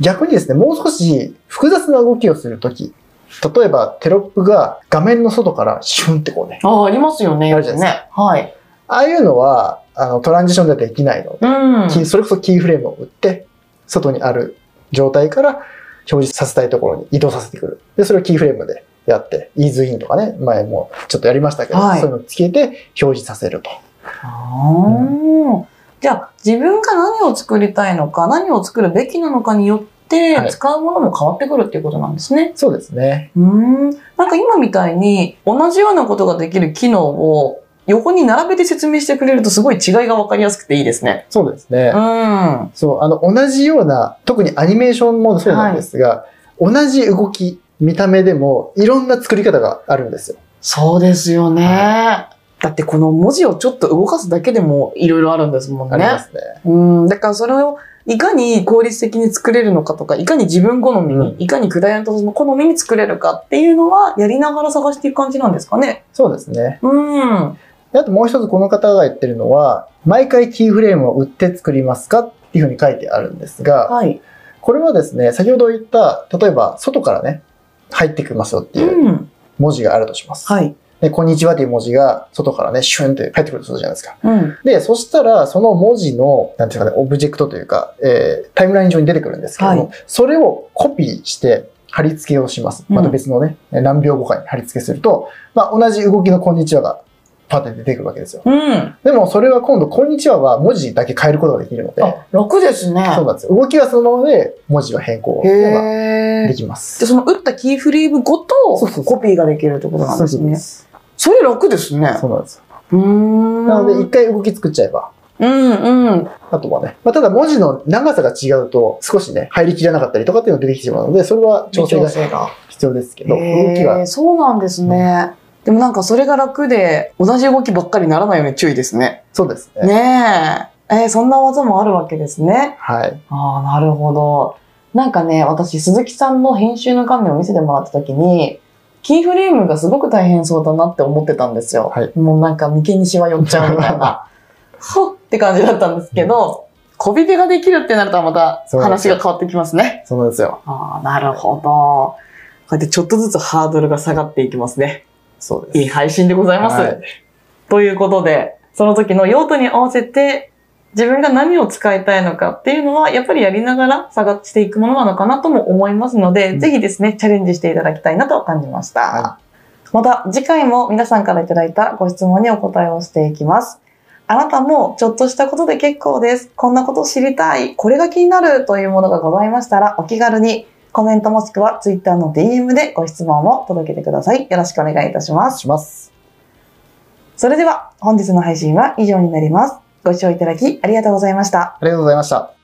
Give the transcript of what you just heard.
逆にですね、もう少し複雑な動きをするとき、例えばテロップが画面の外からシュンってこうね。 ありますよね。 あるじゃないですか。はい。 ああいうのは、トランジションではできないので、それこそキーフレームを打って、外にある状態から表示させたいところに移動させてくる。で、それをキーフレームでやって、イーズインとかね、前もちょっとやりましたけど、そういうのをつけて表示させると。 じゃあ、自分が何を作りたいのか、何を作るべきなのかによって、使うものも変わってくるっていうことなんですね。 そうですね。 なんか今みたいに、同じようなことができる機能を横に並べて説明してくれるとすごい違いが分かりやすくていいですね。 そうですね。そう、同じような、特にアニメーションもそうなんですが、同じ動き、見た目でもいろんな作り方があるんですよ。 そうですよね。だってこの文字をちょっと動かすだけでもいろいろあるんですもんね。 ありますね。 だからそれをいかに効率的に作れるのかとか、いかに自分好みに、いかにクライアントの好みに作れるかっていうのは、やりながら探していく感じなんですかね。 そうですね。あともう一つこの方が言ってるのは、毎回キーフレームを打って作りますかっていうふうに書いてあるんですが、これはですね、先ほど言った、例えば外からね、入ってきますよっていう文字があるとします。で、こんにちはという文字が外からね、シュンって入ってくるとするじゃないですか。で、そしたら、その文字の、なんていうかね、オブジェクトというか、タイムライン上に出てくるんですけども、それをコピーして貼り付けをします。また別のね、何秒後かに貼り付けすると、同じ動きのこんにちはがパッて出てくるわけですよ。でも、それは今度、こんにちはは文字だけ変えることができるので。 楽ですね。 そうなんですよ。動きはそのままで、文字は変更ができます。 で、その打ったキーフレームごと、コピーができるってことなんですね。それ楽ですね。 そうなんですよ。なので、一回動き作っちゃえば。あとはね。ただ文字の長さが違うと、少しね、入りきらなかったりとかっていうのが出てきてしまうので、それは調整が必要ですけど、動きは。 そうなんですね。でもなんかそれが楽で、同じ動きばっかりにならないように注意ですね。 そうですね。 ねえ。そんな技もあるわけですね。 はい。 なるほど。なんかね、私、鈴木さんの編集の画面を見せてもらったときに、キーフレームがすごく大変そうだなって思ってたんですよ。もうなんか眉間にシワ寄っちゃうみたいな。ほって感じだったんですけど、コピペができるってなるとまた話が変わってきますね。 そうなんですよ。 なるほど。こうやってちょっとずつハードルが下がっていきますね。 そうです。 いい配信でございます。ということで、その時の用途に合わせて、自分が何を使いたいのかっていうのは、やっぱりやりながら探していくものなのかなとも思いますので、ぜひですね、チャレンジしていただきたいなと感じました。また次回も皆さんからいただいたご質問にお答えをしていきます。あなたもちょっとしたことで結構です。こんなこと知りたい。これが気になるというものがございましたら、お気軽にコメントもしくは Twitter の DM でご質問を届けてください。よろしくお願いいたします。それでは本日の配信は以上になります。ご視聴いただきありがとうございました。 ありがとうございました。